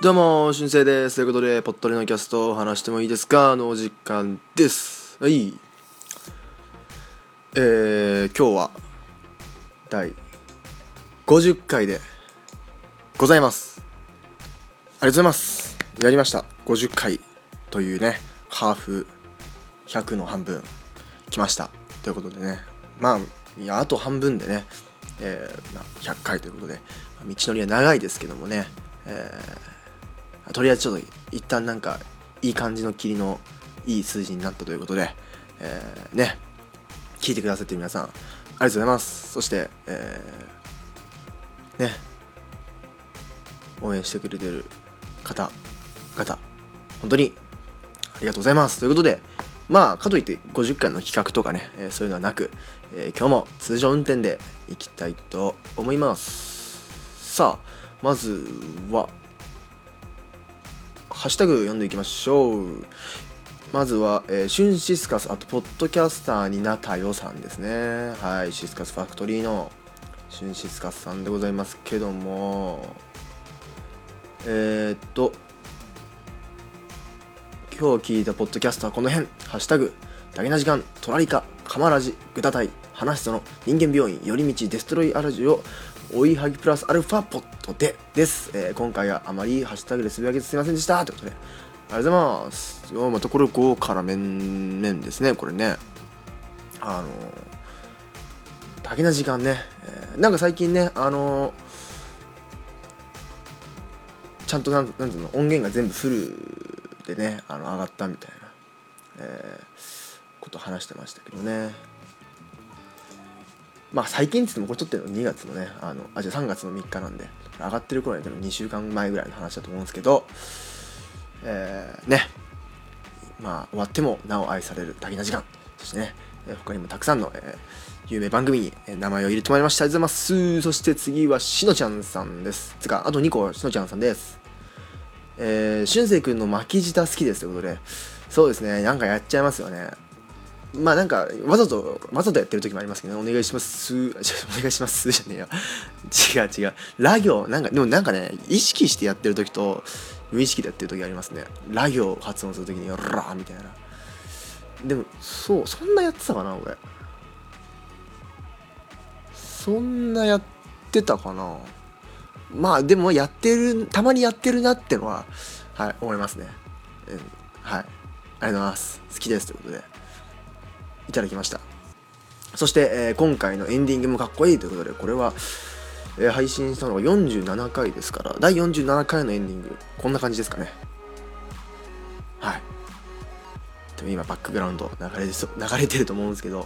どうも、しゅんせいです。ということで、ぽっとりのキャストを話してもいいですかのお時間です。はい。今日は第50回でございます。ありがとうございます。やりました。50回というね、ハーフ100の半分来ました。ということでね、あと半分でね、100回ということで、道のりは長いですけどもね、とりあえずちょっと一旦いい感じの霧のいい数字になったということで、聞いてくださってる皆さんありがとうございます。そして、応援してくれてる方々本当にありがとうございますということで、かといって50回の企画とかね、そういうのはなく、今日も通常運転でいきたいと思います。さあ、まずはハッシュタグ読んでいきましょう。まずは、シュンシスカス、あとポッドキャスターになったよさんですね。はい、シスカスファクトリーのシュンシスカスさんでございますけども、今日聞いたポッドキャスターこの辺、ハッシュタグだけな時間、トラリカ、カマラジ、グタタイ、話すその人間病院、寄り道、デストロイアラジオ、追いはぎプラスアルファポットでです、今回はあまりハッシュタグでつぶやけてすみませんでしたということで、ありがとうございます。またこれ豪華な面ですね。これね、だけな時間ね、最近ね、ちゃんとなんていうの、音源が全部フルでね、上がったみたいな、こと話してましたけどね。最近って言ってもこれ撮ってるの2月のね、じゃあ3月の3日なんで、上がってる頃に2週間前ぐらいの話だと思うんですけど、終わってもなお愛されるだけな時間、そしてね、他にもたくさんの、有名番組に名前を入れてまいりました。ありがとうございます。そして次はしのちゃんさんです。あと2個しのちゃんさんです。しゅんせいくんの巻き舌好きですということで、そうですね、やっちゃいますよね。わざとやってる時もありますけど、ね、お願いしますお願いしますじゃねえよ違うラ行でも意識してやってる時と無意識でやってる時ありますね。ラ行を発音する時にラーみたいな。でもそんなやってたかな俺。そんなやってたかな。でもたまにやってるなってのは思いますね。はい、ありがとうございます。好きですということでいただきました。そして、今回のエンディングもかっこいいということで、これは、配信したのが47回ですから、第47回のエンディングこんな感じですかね。はい。でも今バックグラウンド流れてると思うんですけど、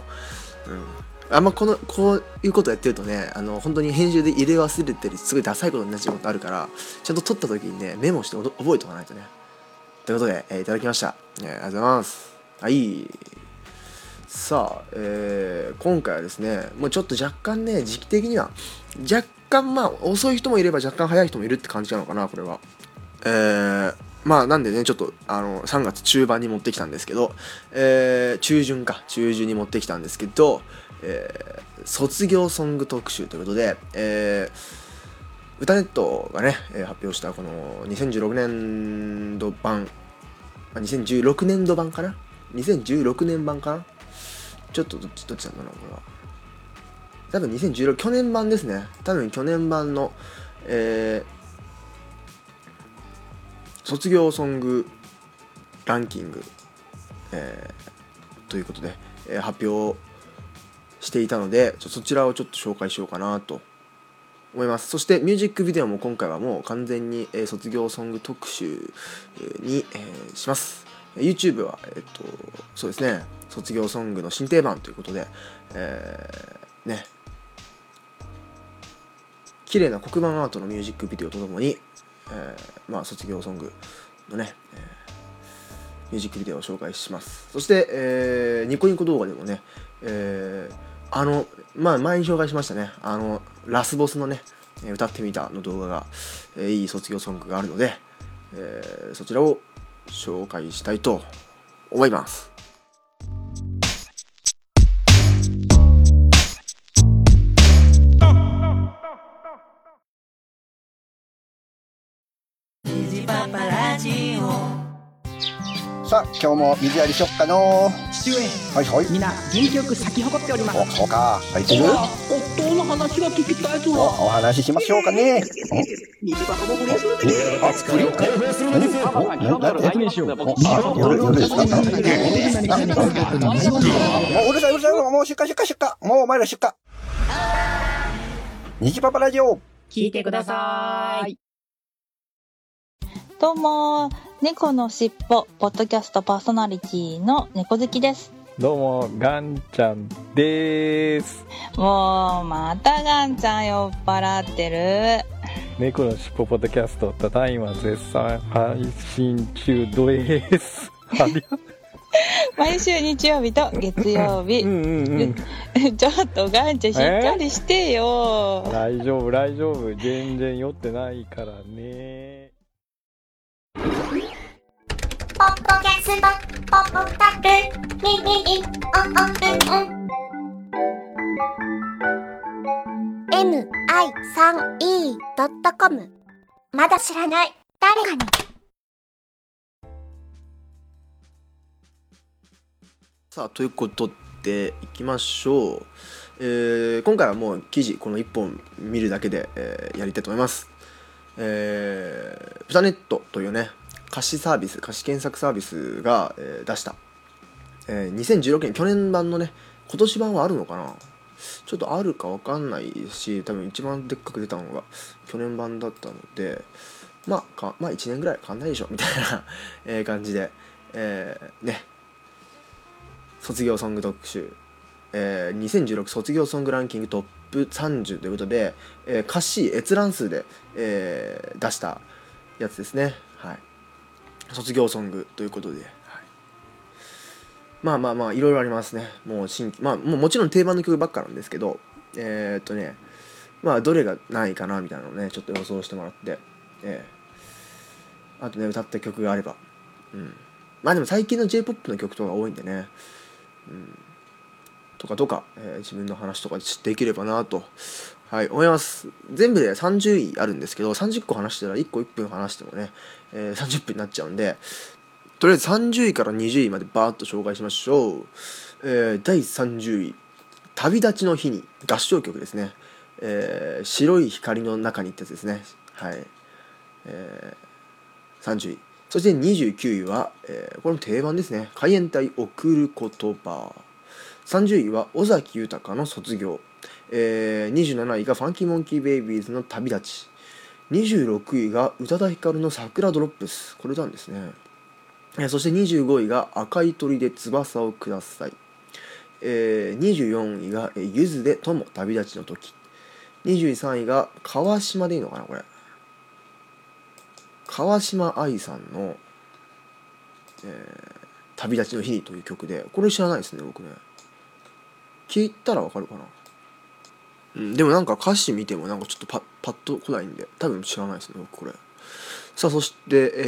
こういうことやってるとね、本当に編集で入れ忘れてるすごいダサいことになっちゃうことあるから、ちゃんと撮った時にねメモして覚えておかないとね。ということで、いただきました。ありがとうございます。はい。さあ、今回はですね、もうちょっと若干ね、時期的には若干遅い人もいれば若干早い人もいるって感じなのかな、これは。なんでね、ちょっと3月中盤に持ってきたんですけど、中旬に持ってきたんですけど、卒業ソング特集ということで、歌ネットがね、発表したこの2016年度版、2016年度版かな2016年版かな、ちょっとどっちなんだろう、これは多分2016去年版ですね。多分去年版の、卒業ソングランキング、ということで、発表していたので、そちらをちょっと紹介しようかなと思います。そしてミュージックビデオも今回はもう完全に、卒業ソング特集に、します。YouTube はそうですね、卒業ソングの新定番ということで、綺麗な黒板アートのミュージックビデオとともに、卒業ソングのね、ミュージックビデオを紹介します。そして、ニコニコ動画でもね、前に紹介しましたね、ラスボスのね、歌ってみたの動画が、いい卒業ソングがあるので、そちらを紹介したいと思います。 虹パさあ今日も水やりしよっかの。 父上、 はいはい。 みんな元気よく咲き誇っております。 お、そうか。入ってる。 夫の話が聞きたいぞ。 お話ししましょうかね。 道端も不倫するんです。 不倫解放するんですよ。夜ですか。もううるさい、もう出荷。もうお前ら出荷。虹パパラジオ。 聞いてください。 どうも、猫のしっぽポッドキャストパーソナリティの猫好きです。 どうもガンちゃんです。 もうまたガンちゃん酔っ払ってる。 猫のしっぽポッドキャストただいま絶賛配信中です。 毎週日曜日と月曜日。ちょっとガンちゃんしっかりしてよ。 大丈夫全然酔ってないからね。 ポッドキャストポッドタクミミミmi3e.com まだ知らない誰かに。 さあということでいきましょう。今回はもう記事この1本見るだけで、やりたいと思います。プタネットというね歌詞検索サービスが、出した、2016年去年版のね今年版はあるのかな、ちょっとあるか分かんないし、多分一番でっかく出たのが去年版だったのでまあ1年ぐらい変わんないでしょみたいな感じで、ね卒業ソング特集、2016卒業ソングランキングトップ30ということで、歌詞閲覧数で、出したやつですね。はい、卒業ソングということで、はい、まあいろいろありますね。もうもちろん定番の曲ばっかなんですけど、どれがないかなみたいなのをねちょっと予想してもらって、あとね歌った曲があれば、まあでも最近の J-POP の曲とか多いんでね、とか、自分の話とかできればなと、思います。全部で30位あるんですけど、30個話したら1個1分話してもね、30分になっちゃうんで、とりあえず30位から20位までバーッと紹介しましょう。第30位旅立ちの日に、合唱曲ですね。白い光の中にってやつですね。はい、30位。そして29位は、これも定番ですね。海援隊送る言葉。30位は尾崎豊の卒業。27位がファンキーモンキーベイビーズの旅立ち。26位が宇多田ヒカルの桜ドロップス。これなんですね。そして25位が赤い鳥で翼をください。24位がゆずで友旅立ちの時。23位が川島でいいのかなこれ。川島愛さんの、旅立ちの日にという曲で、これ知らないですね僕ね。聞いたらわかるかな。でもなんか歌詞見てもなんかちょっとパッと来ないんで多分知らないですね僕これ。さあそして、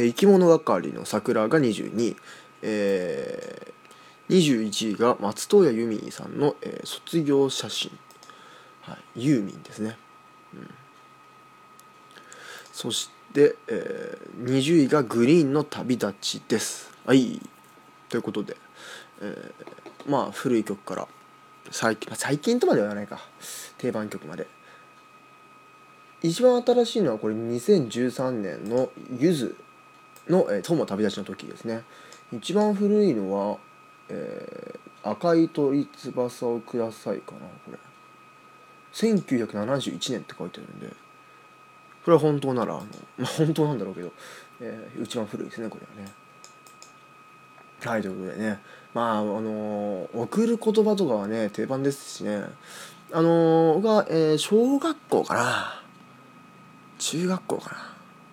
生き物係の桜が22位、21位が松任谷由実さんの、卒業写真、ユーミンですね。そして、20位がグリーンの旅立ちです。はいということで、古い曲から最近とまでは言わないか、定番曲まで。一番新しいのはこれ2013年のゆずの友旅立ちの時ですね。一番古いのは、赤い鳥翼をくださいかなこれ。1971年って書いてあるんで、これは本当なら本当なんだろうけど、一番古いですねこれはね。はいということでね、送る言葉とかはね定番ですしね。僕は、小学校かな中学校かな、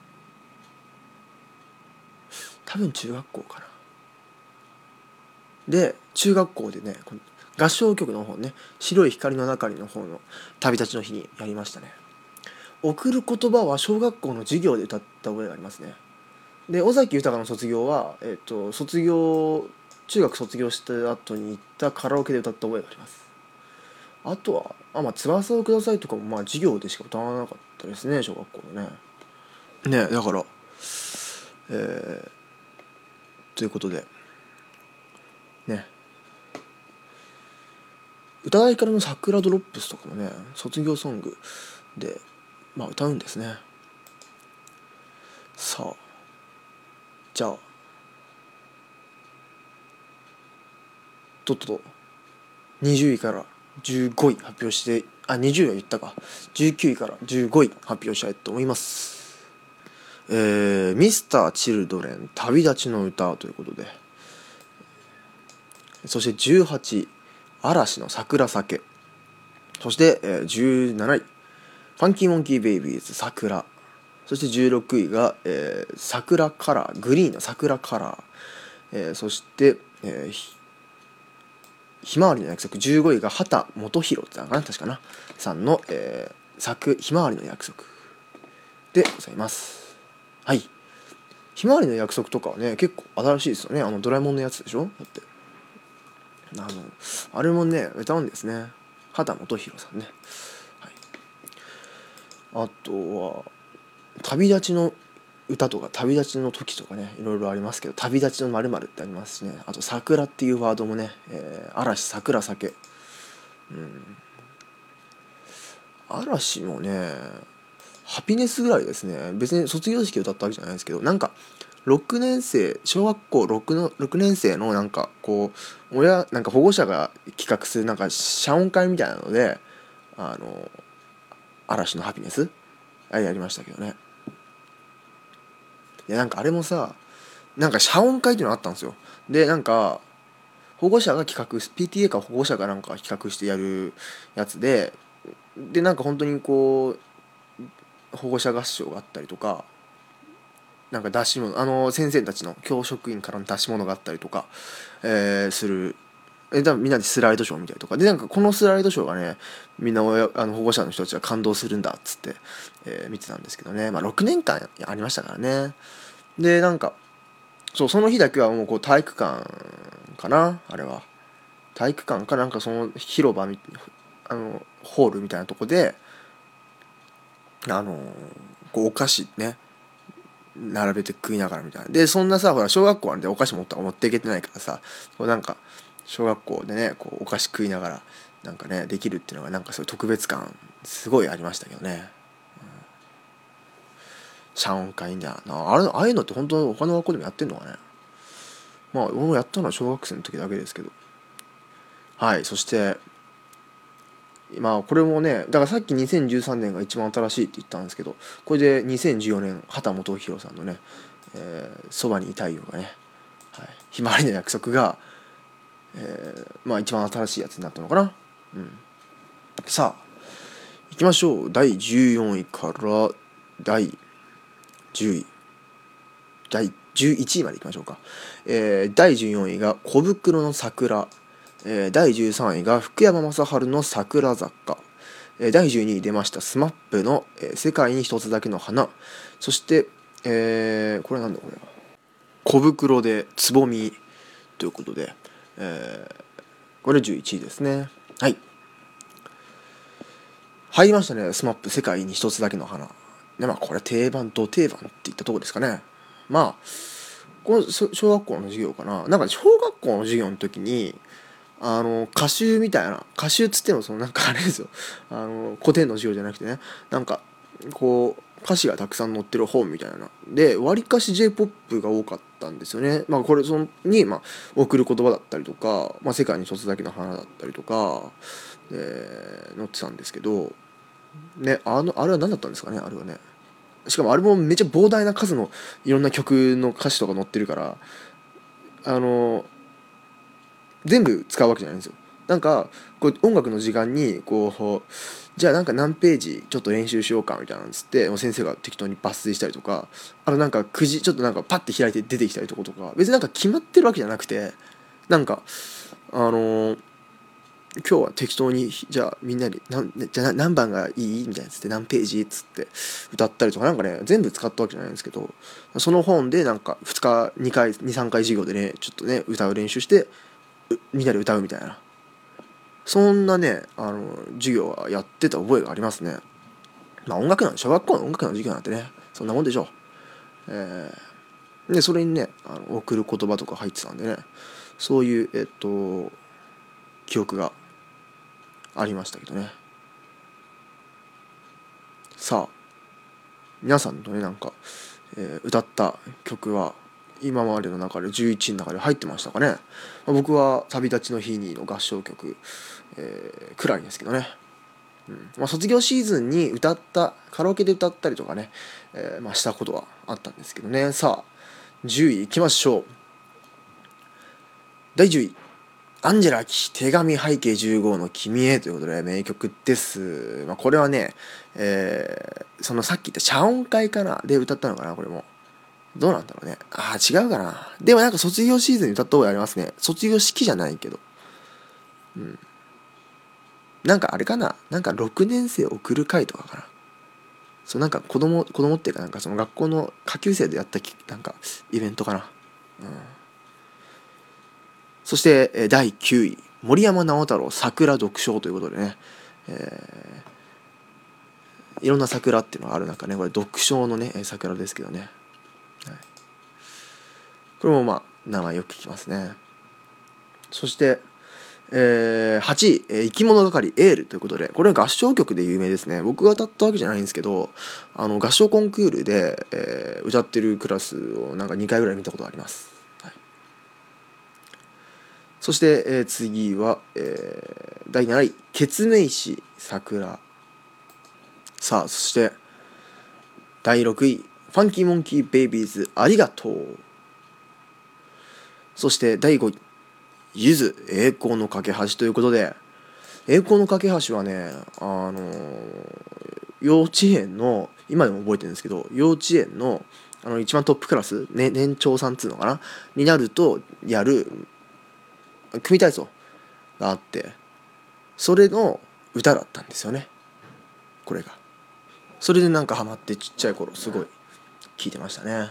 多分中学校かなで、中学校でねこの合唱曲の方ね、白い光の中にの方の旅立ちの日にやりましたね。送る言葉は小学校の授業で歌った覚えがありますね。で尾崎豊の卒業は、中学卒業した後に行ったカラオケで歌った覚えがあります。あとは翼をくださいとかも授業でしか歌わなかったですね小学校のね。だからということでね。宇多田ヒカルの桜ドロップスとかもね、卒業ソングでまあ歌うんですね。さあ、じゃあとっとと20位から15位発表して、20位は言ったか、19位から15位発表したいと思います。ミスターチルドレン旅立ちの歌ということで、そして18位嵐の桜酒、そして、17位ファンキーモンキーベイビーズ桜、そして16位が、桜カラー、グリーンの桜カラー、そして、ひまわりの約束、15位が畑基博だかな、確かなさんの、ひまわりの約束でございます。はい。ひまわりの約束とかはね、結構新しいですよね。ドラえもんのやつでしょ。だってあれもね歌うんですね、畑基博さんね。はい、あとは旅立ちの歌とか旅立ちの時とかね、いろいろありますけど、旅立ちの〇〇ってありますしね。あと桜っていうワードもね、嵐桜酒、嵐もねハピネスぐらいですね。別に卒業式歌ったわけじゃないですけど、なんか6年生小学校 6年生のなんかこうなんか保護者が企画するなんか謝恩会みたいなので嵐のハピネスやりましたけどね。いやなんかあれもさ、なんか謝恩会っていうのがあったんですよ。でなんか保護者が企画 PTA か保護者がなんか企画してやるやつでなんか本当にこう保護者合唱があったりとか、なんか出し物先生たちの教職員からの出し物があったりとか、する多分みんなでスライドショー見たりとかで、なんかこのスライドショーがねみんな保護者の人たちが感動するんだっつって、見てたんですけどね。まあ6年間ありましたからね。でなんかその日だけはもうこう体育館かな、あれは体育館かなんかその広場ホールみたいなとこでこうお菓子ね並べて食いながらみたいな。でそんなさほら小学校なんでお菓子持っていけてないからさ、こうなんか小学校でねこうお菓子食いながらなんかねできるっていうのがなんかそういう特別感すごいありましたけどね。謝恩会みたいなああいうのって本当他の学校でもやってんのかね。まあ俺もやったのは小学生の時だけですけど。はい。そしてまあこれもねだからさっき2013年が一番新しいって言ったんですけど、これで2014年畑基博さんのねそばにいたいよがね、はい、ひまわりの約束が、まあ一番新しいやつになったのかな。さあ行きましょう。第14位から第10位第11位までいきましょうか。第14位が小袋の桜、第13位が福山雅治の桜坂、第12位出ましたスマップの、世界に一つだけの花、そして、これなんだこれは小袋でつぼみということで、これ11位ですね。はい、入りましたね。スマップ世界に一つだけの花で、まあこれ定番と定番っていったところですかね。まあこの小学校の授業かな、なんか小学校の授業の時に歌集みたいな、歌集っつってもそのなんかあれですよ、古典の授業じゃなくてね、なんかこう歌詞がたくさん載ってる本みたいなで、わりかし J-POP が多かったんですよね。まあこれにまあ送る言葉だったりとか、まあ世界に一つだけの花だったりとか載ってたんですけどね。あれは何だったんですかね、あれはね。しかもあれもめっちゃ膨大な数のいろんな曲の歌詞とか載ってるから全部使うわけじゃないんですよ。なんかこう音楽の時間にこうじゃあなんか何ページちょっと練習しようかみたいなんつって先生が適当に抜粋したりとか、なんかくじちょっとなんかパッて開いて出てきたりとか、別になんか決まってるわけじゃなくて、なんか今日は適当にじゃあみんなでじゃあ何番がいいみたいなつって何ページっつって歌ったりとか、なんかね全部使ったわけじゃないんですけど、その本でなんか2回3回授業でねちょっとね歌う練習してみんなで歌うみたいな、そんなね授業はやってた覚えがありますね。まあ音楽小学校の音楽の授業なんてねそんなもんでしょう。 でそれにね送る言葉とか入ってたんでね、そういう記憶がありましたけどね。さあ皆さんのねなんか、歌った曲は今までの中で11位の中で入ってましたかね。僕は旅立ちの日にの合唱曲、くらいですけどね。卒業シーズンに歌ったカラオケで歌ったりとかね、したことはあったんですけどね。さあ10位いきましょう。第10位アンジェラ・アキ手紙背景15の君へということで名曲です。これはね、そのさっき言った謝恩会かなで歌ったのかな。これもどうなんだろうね。違うかな。でもなんか卒業シーズンに歌った方がありますね。卒業式じゃないけど、なんかあれかな、なんか6年生を送る会とかかな。そうなんか子供っていうかなんかその学校の下級生でやったなんかイベントかな。そして、第9位森山直太朗桜読書ということでね、いろんな桜っていうのがある中ね、これ読書のね桜ですけどね、これも名前よく聞きますね。そして、8位、生き物係エールということで、これは合唱曲で有名ですね。僕が歌ったわけじゃないんですけど、合唱コンクールで、歌ってるクラスをなんか2回ぐらい見たことがあります。そして、次は、第7位ケツメイシ桜。さあそして第6位ファンキーモンキーベイビーズありがとう。そして第5位ゆず栄光の架け橋ということで、栄光の架け橋はね幼稚園の今でも覚えてるんですけど、幼稚園の一番トップクラス、ね、年長さんっつうのかなになるとやる組体操があって、それの歌だったんですよねこれが。それでなんかハマってちっちゃい頃すごい聴いてましたね。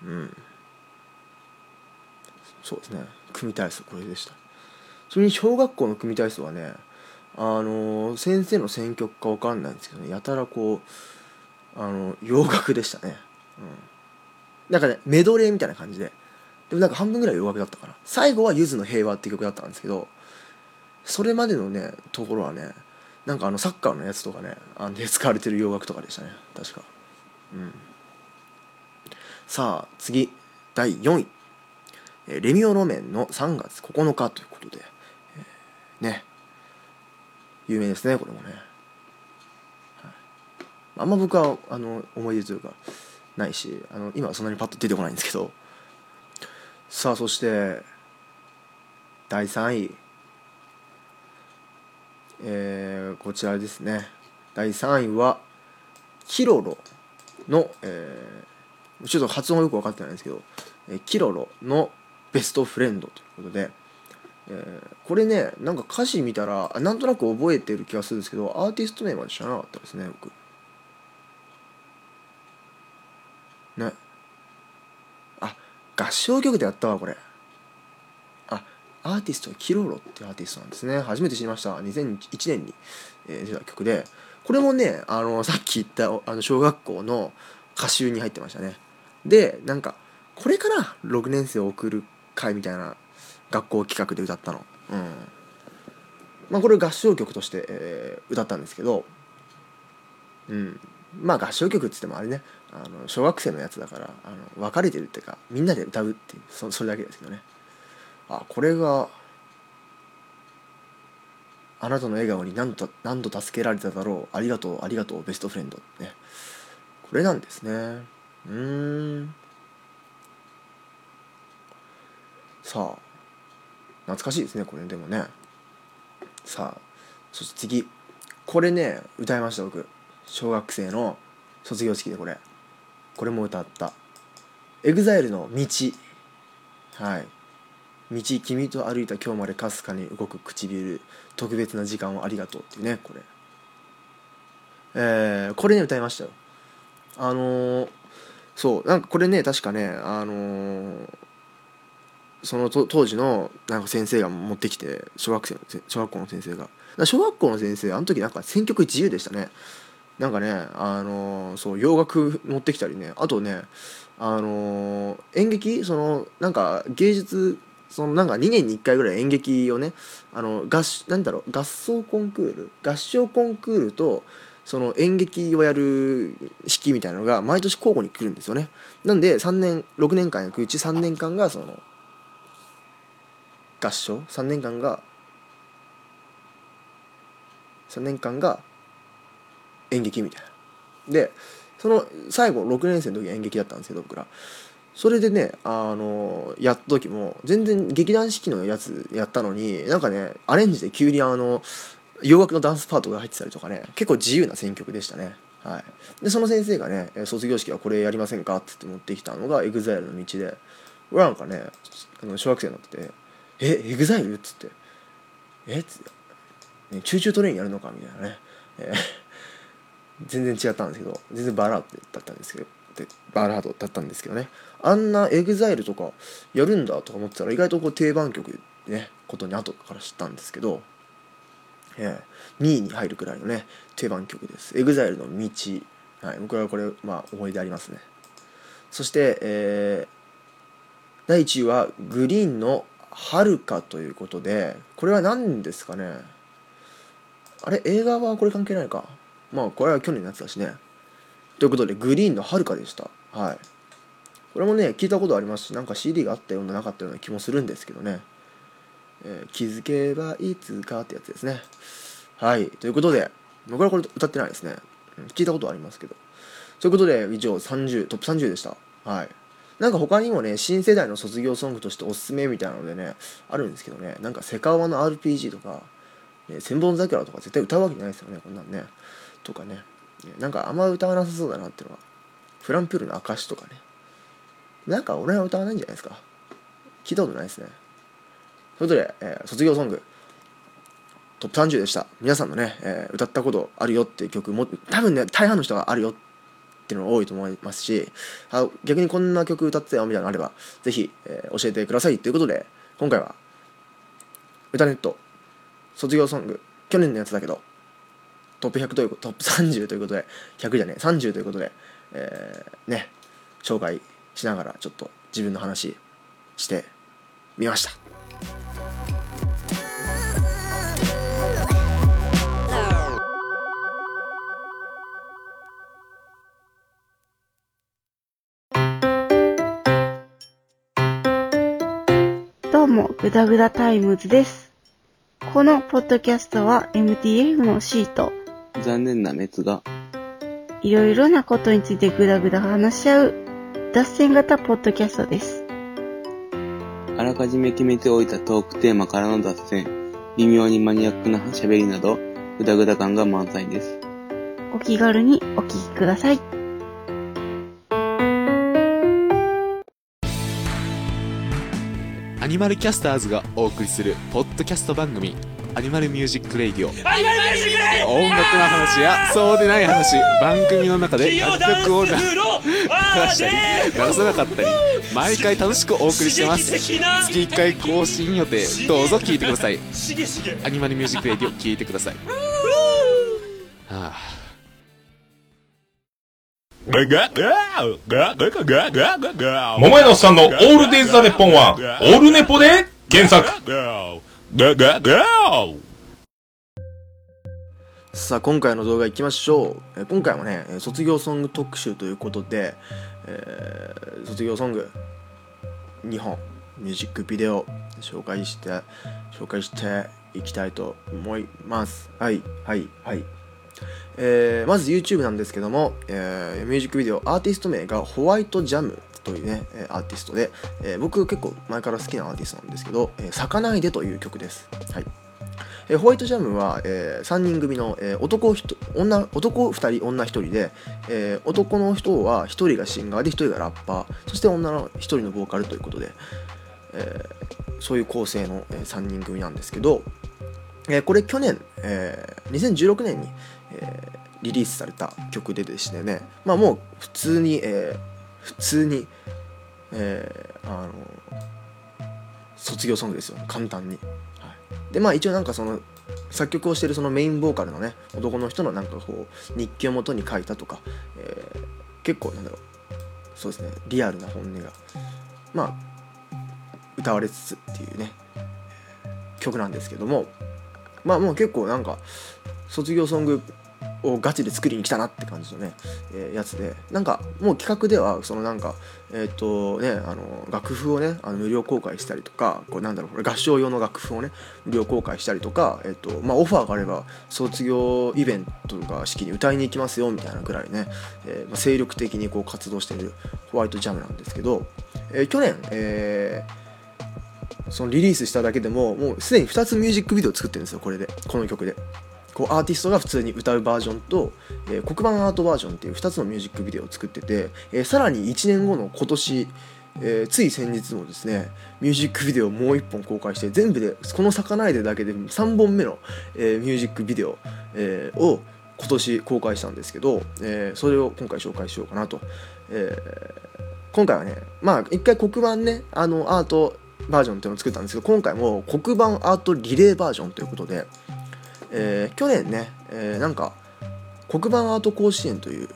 そうですね、組体操これでした。それに小学校の組体操はね先生の選曲か分かんないんですけどね、やたらこう洋楽でしたね。なんかねメドレーみたいな感じで、でもなんか半分ぐらい洋楽だったかな。最後はゆずの平和って曲だったんですけど、それまでのねところはねなんかサッカーのやつとかねで使われてる洋楽とかでしたね確か。さあ次第4位レミオロメンの3月9日ということで、ね有名ですねこれもね。あんま僕は思い出というかないし今はそんなにパッと出てこないんですけど。さあそして第3位こちらですね。第3位はキロロの、ちょっと発音はよく分かってないんですけど、キロロのベストフレンドということで、これねなんか歌詞見たらなんとなく覚えてる気がするんですけど、アーティスト名まで知らなかったですね僕ね。合唱曲でやったわこれ。アーティストはキロロっていうアーティストなんですね。初めて知りました。2001年に、出た曲で、これもねさっき言った小学校の歌集に入ってましたね。でなんかこれかな6年生を送る会みたいな学校企画で歌ったの。これ合唱曲として、歌ったんですけど、合唱曲っつってもあれね小学生のやつだから別れてるっていうかみんなで歌うっていうそれだけですけどね。これがあなたの笑顔に何度助けられただろう、ありがとうありがとうベストフレンドね、これなんですね。さあ懐かしいですねこれでもね。さあそして次これね歌いました僕小学生の卒業式で。これも歌ったEXILEの道。道君と歩いた今日までかすかに動く唇特別な時間をありがとうっていうねこれ。これね歌いましたよ。そうなんかこれね確かねその当時のなんか先生が持ってきて小学校の先生が小学校の先生時なんか選曲自由でしたね。なんかねそう洋楽持ってきたりね、あとね演劇なんか芸術なんか2年に1回ぐらい演劇をね合奏コンクール合唱コンクールと演劇をやる式みたいなのが毎年交互に来るんですよね。なんで6年間やくうち3年間が合唱3年間が演劇みたいな。で最後6年生の時は演劇だったんですけど、僕らそれでねやった時も全然劇団四季のやつやったのに、なんかねアレンジで急に洋楽のダンスパートが入ってたりとかね、結構自由な選曲でしたね。はい。でその先生がね卒業式はこれやりませんかって言って持ってきたのが EXILE の道で、俺なんかね小学生になっててEXILE っつってっつって、ね、チューチュートレインやるのかみたいなね、全然違ったんですけど、全然バラードだったんですけどね、あんな EXILE とかやるんだとか思ってたら意外と定番曲ねことに後から知ったんですけど、2位に入るくらいのね定番曲です。 EXILE の道、はい、僕はこれ思い出ありますね。そして、第1位はグリーンの遥かということで、これは何ですかね。映画はこれ関係ないか。これは去年のやつだしね。ということでグリーンの遥かでした。はい。これもね聞いたことありますし、なんか CD があったようななかったような気もするんですけどね。気づけばいつかってやつですね。はい。ということで僕はこれ歌ってないですね。聞いたことありますけど。ということで以上トップ30でした。はい。なんか他にもね新世代の卒業ソングとしておすすめみたいなのでねあるんですけどね、なんかセカオワの RPG とか、千本桜とか絶対歌うわけないですよね、こんなんね。とかね、なんかあんま歌わなさそうだなっていうのはフランプールの証とかね、なんか俺は歌わないんじゃないですか。聞いたことないですね。ということで、卒業ソングトップ30でした。皆さんのね、歌ったことあるよっていう曲も多分ね大半の人があるよっていうのが多いと思いますし、逆にこんな曲歌ってたよみたいなのあればぜひ、教えてくださいということで、今回は歌ネット卒業ソング去年のやつだけどトップ100というトップ30ということで100じゃねえ30ということで、ね紹介しながらちょっと自分の話してみました。 どうも、グダグダタイムズです。このポッドキャストは MTF のシート、 残念な滅がいろいろなことについてグダグダ話し合う脱線型ポッドキャストです。 あらかじめ決めておいたトークテーマからの脱線、微妙にマニアックな喋りなどグダグダ感が満載です。 お気軽にお聞きください。 アニマルキャスターズがお送りするポッドキャスト番組アニマルミュージックレイディオ。音楽の話やそうでない話、番組の中で楽曲を流したり流さなかったり、毎回楽しくお送りしてます。月1回更新予定、どうぞ聞いてください。アニマルミュージックレイディオ聞いてください。 桃屋のおっさんのオールデイズ・ザ・ネッポンはオールネポで検索。 さあ今回の動画いきましょう。今回もね卒業ソング特集ということで、卒業ソング2本ミュージックビデオ紹介していきたいと思います。はい。まず YouTube なんですけども、ミュージックビデオアーティスト名がホワイトジャムというねアーティストで、僕結構前から好きなアーティストなんですけど、咲かないでという曲です。はい。ホワイトジャムは、3人組の、男2人女1人で、男の人は1人がシンガーで1人がラッパー、そして女の1人のボーカルということで、そういう構成の、3人組なんですけど、これ去年、2016年に、リリースされた曲でですね、もう普通に、卒業ソングですよ、簡単に。で一応なんかその作曲をしているそのメインボーカルのね男の人のなんかこう日記を元に書いたとか、結構そうですね、リアルな本音がまあ歌われつつっていうね曲なんですけども、まあもう結構なんか卒業ソングをガチで作りに来たなって感じのね、やつで、なんかもう企画ではそのなんか楽譜をね無料公開したりとか、こうなんだろう、合唱用の楽譜をね無料公開したりとか、オファーがあれば卒業イベントが式に歌いに行きますよみたいなぐらいね、精力的にこう活動しているホワイトジャムなんですけど、去年、そのリリースしただけでももうすでに2つミュージックビデオ作ってるんですよ。この曲でこうアーティストが普通に歌うバージョンと、黒板アートバージョンっていう2つのミュージックビデオを作ってて、さらに1年後の今年、つい先日もですねミュージックビデオをもう1本公開して、全部でこの咲かないでだけで3本目の、ミュージックビデオ、を今年公開したんですけど、それを今回紹介しようかなと。今回はね一回黒板ねアートバージョンっていうのを作ったんですけど、今回も黒板アートリレーバージョンということで、去年ね、なんか黒板アート甲子園という、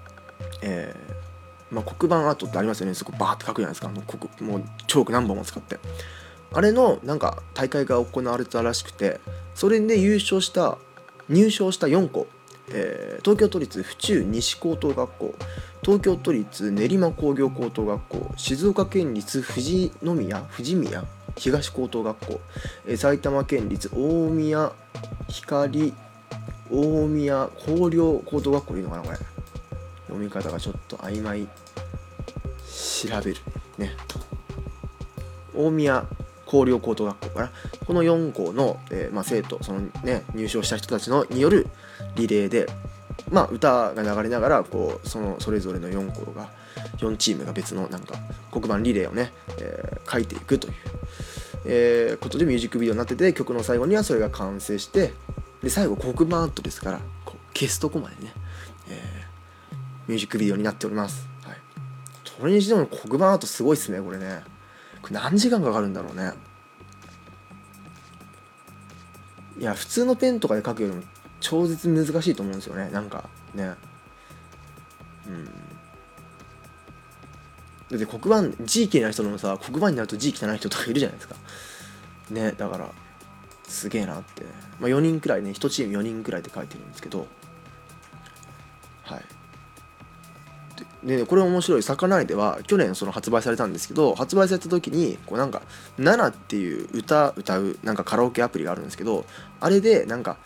黒板アートってありますよね。そこバーって書くじゃないですか。もうチョーク何本も使って、あれのなんか大会が行われたらしくて、それで入賞した4校、東京都立府中西高等学校、東京都立練馬工業高等学校、静岡県立富士宮東高等学校、埼玉県立大宮光大宮工業高等学校でいいのかな、これ読み方がちょっと曖昧、調べるね、大宮工業高等学校かな。この4校の、生徒、そのね入賞した人たちによるリレーで、歌が流れながらこうそれぞれの4校が4チームが別のなんか黒板リレーをね、書いていくという、ことでミュージックビデオになってて、曲の最後にはそれが完成して、で最後黒板アートですからこう消すとこまでね、ミュージックビデオになっております。はい、それにしても黒板アートすごいっすね。これね、これ何時間かかるんだろうね。いや普通のペンとかで書くよりも超絶難しいと思うんですよね。なんかね、だって黒板字綺麗な人のさ、黒板になると字汚い人とかいるじゃないですかね。だからすげえなって、4人くらいね、1チーム4人くらいで書いてるんですけど、はい。でこれ面白い。咲かないでは去年発売されたんですけど、発売された時にこうなんか7っていう歌うなんかカラオケアプリがあるんですけど、あれでなんか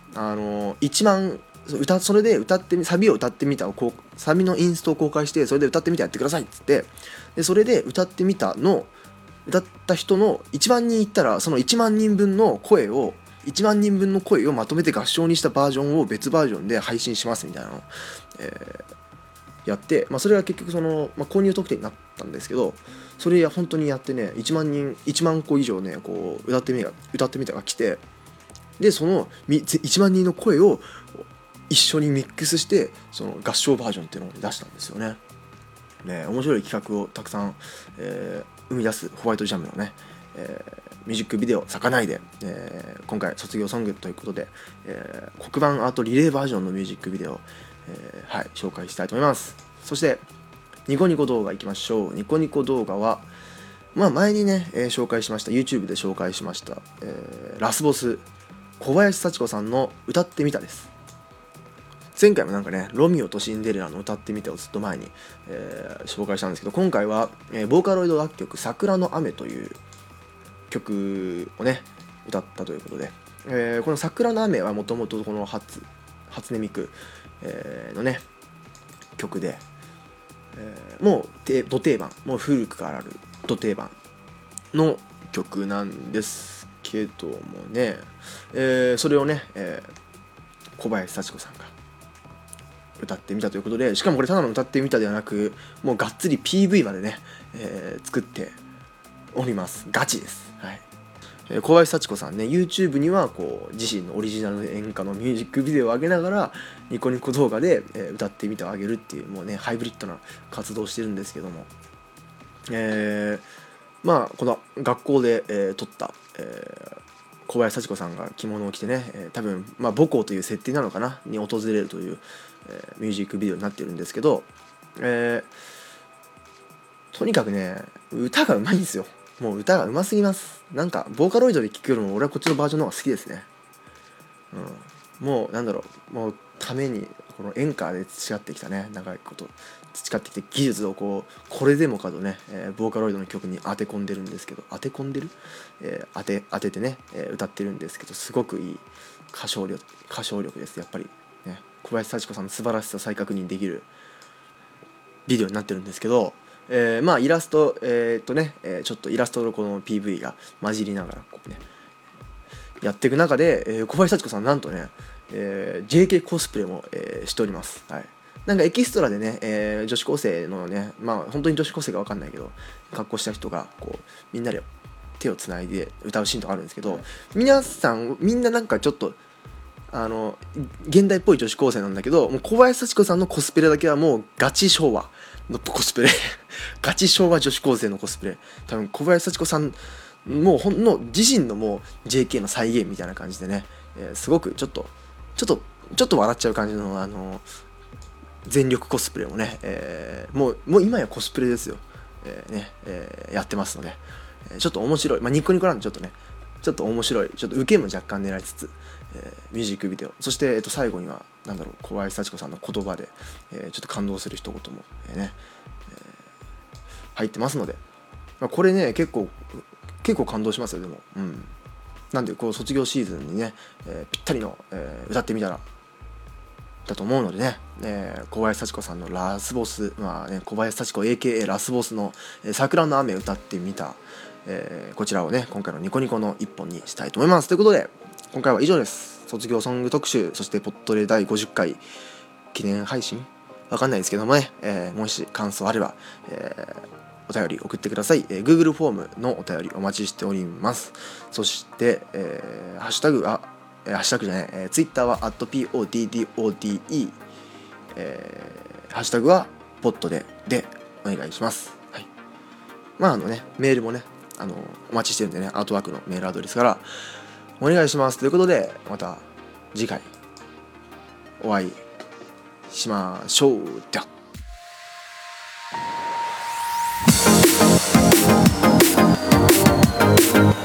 1万それでサビを歌ってみたをサビのインストを公開して、それで歌ってみたやってくださいっつって、でそれで歌ってみたの歌った人の1万人いったら、その1万人分の声をまとめて合唱にしたバージョンを別バージョンで配信しますみたいなのを、やって、それは結局購入特典になったんですけど、それ本当にやってね、1万個以上ねこう歌ってみたが来て、でその1万人の声を一緒にミックスしてその合唱バージョンっていうのを出したんですよね。面白い企画をたくさん、生み出すホワイトジャムのね、ミュージックビデオ咲かないで、今回卒業ソングということで、黒板アートリレーバージョンのミュージックビデオ、紹介したいと思います。そしてニコニコ動画いきましょう。ニコニコ動画は前にね、紹介しました YouTube で紹介しました、ラスボス小林幸子さんの歌ってみたです。前回もなんかねロミオとシンデレラの歌ってみたをずっと前に、紹介したんですけど、今回は、ボーカロイド楽曲桜の雨という曲をね歌ったということで、この桜の雨はもともとこの初音ミク、のね曲で、もうド定番、もう古くからあるド定番の曲なんですけどもね、それをね、小林幸子さんが歌ってみたということで、しかもこれただの歌ってみたではなく、もうがっつり PV までね、作っております。ガチです。はい。小林幸子さんね、 YouTube にはこう自身のオリジナル演歌のミュージックビデオを上げながらニコニコ動画で、歌ってみてを上げるっていう、もうねハイブリッドな活動をしてるんですけども、この学校で、撮った、小林幸子さんが着物を着てね、多分母校という設定なのかなに訪れるという、ミュージックビデオになってるんですけど、 とにかくね歌がうまいんですよ。もう歌がうますぎます。なんかボーカロイドで聴くよりも俺はこっちのバージョンの方が好きですね。もうなんだろう、もうためにこの演歌で培ってきたね、長いこと培ってきて技術をこれでもかとね、ボーカロイドの曲に当て込んでるんですけど、当ててね、歌ってるんですけど、すごくいい歌唱力です。やっぱりね、小林幸子さんの素晴らしさ再確認できるビデオになってるんですけど、まあイラストちょっとイラストのこの PV が混じりながらこうねやっていく中で、小林幸子さんなんとね、JK コスプレも、しております。はい、なんかエキストラでね、女子高生のね、まあ本当に女子高生か分かんないけど格好した人がこうみんなで手をつないで歌うシーンとかあるんですけど、皆さんみんななんかちょっと現代っぽい女子高生なんだけど、もう小林幸子さんのコスプレだけはもうガチ昭和のコスプレガチ昭和女子高生のコスプレ、多分小林幸子さんもうの自身のもう JK の再現みたいな感じでね、すごくちょっと笑っちゃう感じの全力コスプレもね、もう今やコスプレですよ、やってますので、ちょっと面白い、ニッコニコなんでちょっと面白い、ちょっと受けも若干狙いつつ、ミュージックビデオ、そして、最後にはなんだろう、小林幸子さんの言葉で、ちょっと感動する一言も、入ってますので、これね結構感動しますよ。でも、なんでこう卒業シーズンにね、ぴったりの、歌ってみたらだと思うのでね、小林幸子さんのラスボス、小林幸子 AKA ラスボスの、桜の雨歌ってみた、こちらをね今回のニコニコの一本にしたいと思います。ということで今回は以上です。卒業ソング特集、そしてポットレ第50回記念配信わかんないですけどもね、もし感想あれば、お便り送ってください。Google フォームのお便りお待ちしております。そして、ハッシュタグじゃない、Twitter は @PODDODE、ハッシュタグはポットでお願いします。はい、メールもねお待ちしてるんでね、アートワークのメールアドレスからお願いします。ということでまた次回お会いしましょう。では